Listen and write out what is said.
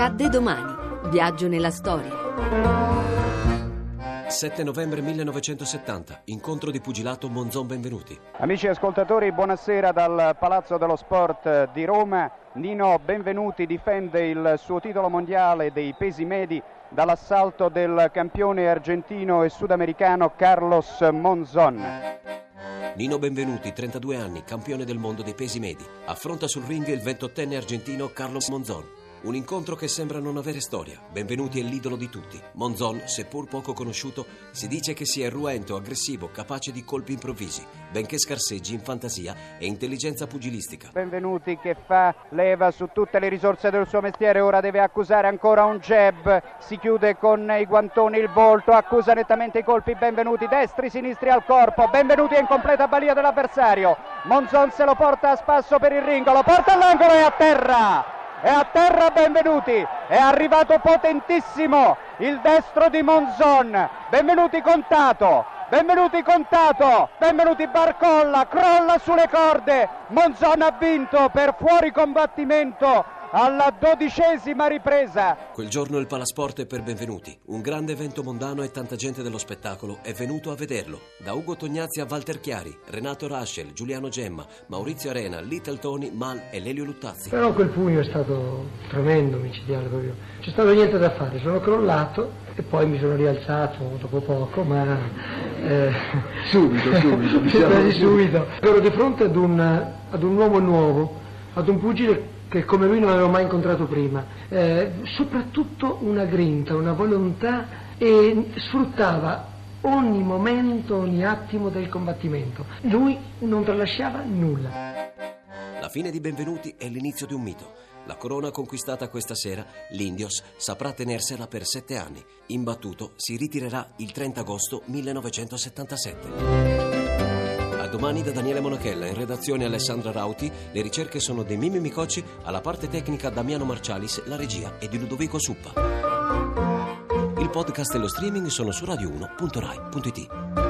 Accadde domani. Viaggio nella storia. 7 novembre 1970, incontro di pugilato Monzon Benvenuti. Amici ascoltatori, buonasera dal Palazzo dello Sport di Roma. Nino Benvenuti difende il suo titolo mondiale dei pesi medi dall'assalto del campione argentino e sudamericano Carlos Monzon. Nino Benvenuti, 32 anni, campione del mondo dei pesi medi, affronta sul ring il 28enne argentino Carlos Monzon. Un incontro che sembra non avere storia. Benvenuti è l'idolo di tutti. Monzon, seppur poco conosciuto, si dice che sia irruento, aggressivo, capace di colpi improvvisi, benché scarseggi in fantasia e intelligenza pugilistica. Benvenuti che fa leva su tutte le risorse del suo mestiere, ora deve accusare ancora un jab, si chiude con i guantoni il volto, accusa nettamente i colpi Benvenuti, destri, sinistri al corpo, Benvenuti è in completa balia dell'avversario, Monzon se lo porta a spasso per il ring, lo porta all'angolo e a terra! È a terra Benvenuti, è arrivato potentissimo il destro di Monzon, Benvenuti contato, Benvenuti barcolla, crolla sulle corde, Monzon ha vinto per fuori combattimento alla 12ª ripresa. Quel giorno il Palasport è per Benvenuti, un grande evento mondano e tanta gente dello spettacolo è venuto a vederlo. Da Ugo Tognazzi a Walter Chiari, Renato Raschel, Giuliano Gemma, Maurizio Arena, Little Tony, Mal e Lelio Luttazzi. Però quel pugno è stato tremendo, micidiale proprio. C'è stato niente da fare, sono crollato e poi mi sono rialzato dopo poco, ma subito. Ero di fronte ad un uomo nuovo, ad un pugile che come lui non avevo mai incontrato prima, soprattutto una grinta, una volontà, e sfruttava ogni momento, ogni attimo del combattimento. Lui non tralasciava nulla. La fine di Benvenuti è l'inizio di un mito. La corona conquistata questa sera, l'Indios saprà tenersela per 7 anni. Imbattuto si ritirerà il 30 agosto 1977. A domani da Daniele Monachella, in redazione Alessandra Rauti, le ricerche sono di Mimmi Micocci, alla parte tecnica Damiano Marcialis, la regia è di Ludovico Suppa. Il podcast e lo streaming sono su radio1.rai.it.